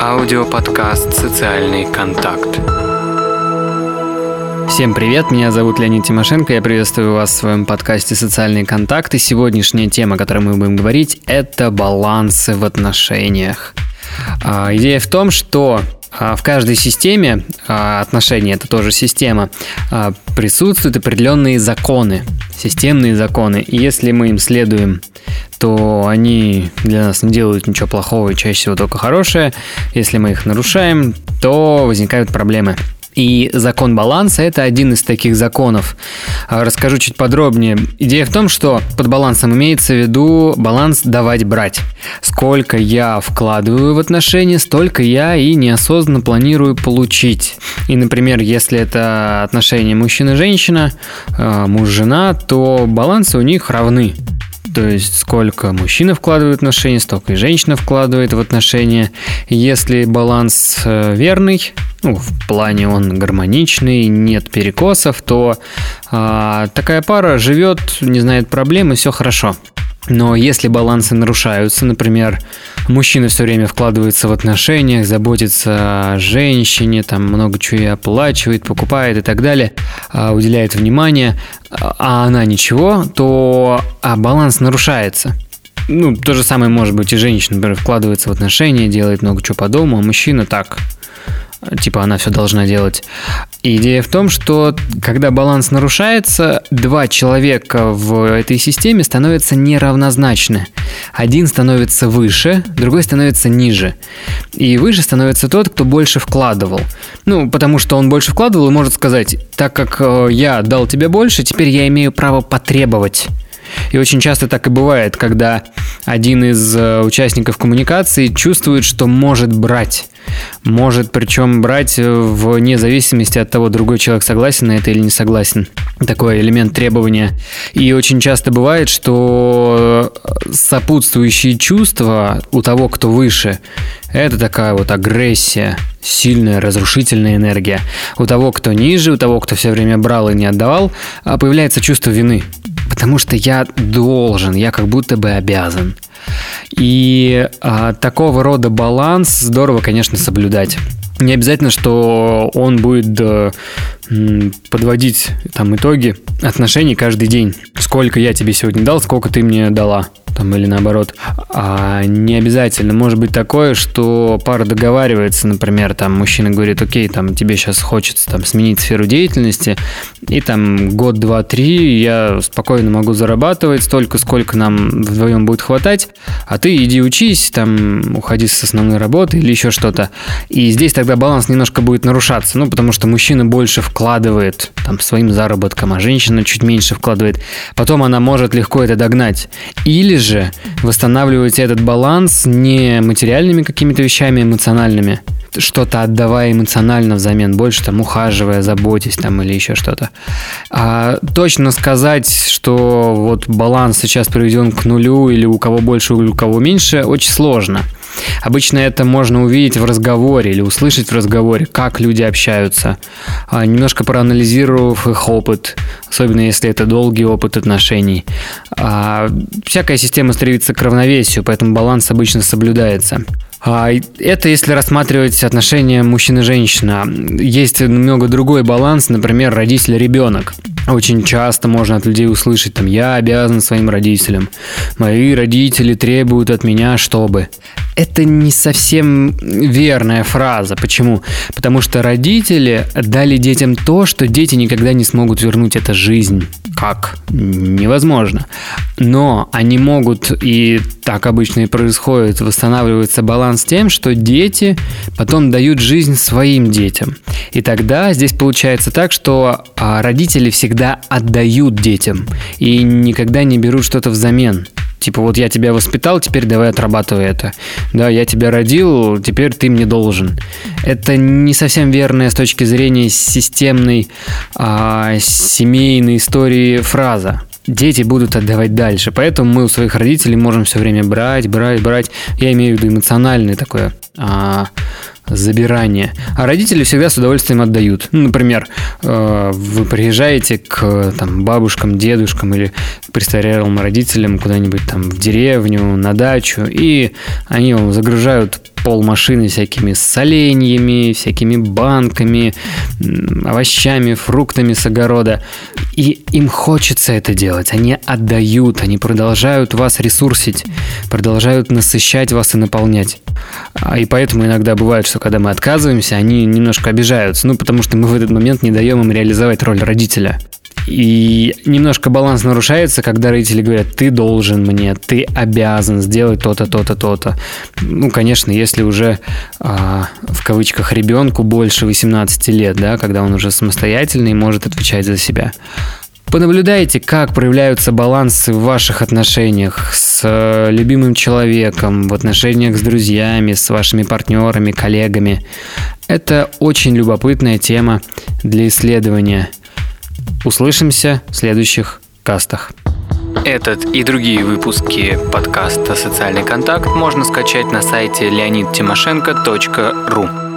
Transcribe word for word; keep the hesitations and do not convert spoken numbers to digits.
Аудиоподкаст «Социальный контакт». Всем привет, меня зовут Леонид Тимошенко, я приветствую вас в своем подкасте «Социальный контакт». И сегодняшняя тема, о которой мы будем говорить, это балансы в отношениях. А, идея в том, что в каждой системе, отношения это тоже система, присутствуют определенные законы, системные законы. И если мы им следуем, то они для нас не делают ничего плохого и чаще всего только хорошее. Если мы их нарушаем, то возникают проблемы. И закон баланса – это один из таких законов. Расскажу чуть подробнее. Идея в том, что под балансом имеется в виду баланс давать-брать. Сколько я вкладываю в отношения, столько я и неосознанно планирую получить. И, например, если это отношения мужчина-женщина, муж-жена, то балансы у них равны. То есть, сколько мужчина вкладывает в отношения, столько и женщина вкладывает в отношения. Если баланс верный, ну, в плане он гармоничный, нет перекосов, то а, такая пара живет, не знает проблем, и все хорошо. Но если балансы нарушаются, например, мужчина все время вкладывается в отношения, заботится о женщине, там много чего и оплачивает, покупает и так далее, уделяет внимание, а она ничего, то а баланс нарушается. Ну, то же самое может быть и женщина, например, вкладывается в отношения, делает много чего по дому, а мужчина так... Типа она все должна делать. И идея в том, что когда баланс нарушается, два человека в этой системе становятся неравнозначны. Один становится выше, другой становится ниже. И выше становится тот, кто больше вкладывал. Ну, потому что он больше вкладывал и может сказать: так как я дал тебе больше, теперь я имею право потребовать. И очень часто так и бывает, когда один из участников коммуникации чувствует, что может брать. Может, причем брать вне зависимости от того, другой человек согласен на это или не согласен. Такой элемент требования. И очень часто бывает, что сопутствующие чувства у того, кто выше, это такая вот агрессия, сильная разрушительная энергия. У того, кто ниже, у того, кто все время брал и не отдавал, появляется чувство вины. Потому что я должен, я как будто бы обязан. И а, такого рода баланс здорово, конечно, соблюдать. Не обязательно, что он будет э, подводить там итоги отношений каждый день. Сколько я тебе сегодня дал, сколько ты мне дала. Там, или наоборот. А не обязательно. Может быть такое, что пара договаривается, например, там мужчина говорит: окей, там тебе сейчас хочется там сменить сферу деятельности, и там год, два, три я спокойно могу зарабатывать столько, сколько нам вдвоем будет хватать, а ты иди учись, там уходи с основной работы или еще что-то. И здесь тогда баланс немножко будет нарушаться, ну, потому что мужчина больше вкладывает там своим заработком, а женщина чуть меньше вкладывает. Потом она может легко это догнать. Или же же восстанавливать этот баланс не материальными какими-то вещами, эмоциональными, что-то отдавая эмоционально взамен, больше там ухаживая, заботясь там или еще что-то. А точно сказать, что вот баланс сейчас приведен к нулю или у кого больше, у кого меньше, очень сложно. Обычно это можно увидеть в разговоре или услышать в разговоре, как люди общаются, немножко проанализировав их опыт, особенно если это долгий опыт отношений. Всякая система стремится к равновесию, поэтому баланс обычно соблюдается. Это если рассматривать отношения мужчина-женщина. Есть немного другой баланс, например, родитель-ребенок. Очень часто можно от людей услышать там: я обязан своим родителям, мои родители требуют от меня, чтобы. Это не совсем верная фраза. Почему? Потому что родители дали детям то, что дети никогда не смогут вернуть. Это жизнь. Как? Невозможно. Но они могут, и так обычно и происходит, восстанавливается баланс тем, что дети потом дают жизнь своим детям. И тогда здесь получается так, что родители всегда отдают детям и никогда не берут что-то взамен. Типа, вот я тебя воспитал, теперь давай отрабатывай это. Да, я тебя родил, теперь ты мне должен. Это не совсем верная с точки зрения системной а, семейной истории фраза. Дети будут отдавать дальше. Поэтому мы у своих родителей можем все время брать, брать, брать. Я имею в виду эмоциональное такое а, забирание. А родители всегда с удовольствием отдают. Ну, например, э, вы приезжаете к там, бабушкам, дедушкам или к престарелым родителям куда-нибудь там в деревню, на дачу, и они вам загружают пол машины всякими соленьями, всякими банками, овощами, фруктами с огорода. И им хочется это делать. Они отдают, они продолжают вас ресурсить, продолжают насыщать вас и наполнять. И поэтому иногда бывает, что когда мы отказываемся, они немножко обижаются. Ну, потому что мы в этот момент не даем им реализовать роль родителя. И немножко баланс нарушается, когда родители говорят: ты должен мне, ты обязан сделать то-то, то-то, то-то. Ну, конечно, если уже а, в кавычках ребенку больше восемнадцати лет, да, когда он уже самостоятельный и может отвечать за себя. Понаблюдайте, как проявляются балансы в ваших отношениях с любимым человеком, в отношениях с друзьями, с вашими партнерами, коллегами. Это очень любопытная тема для исследования. Услышимся в следующих кастах. Этот и другие выпуски подкаста «Социальный контакт» можно скачать на сайте леонид тимошенко точка ру.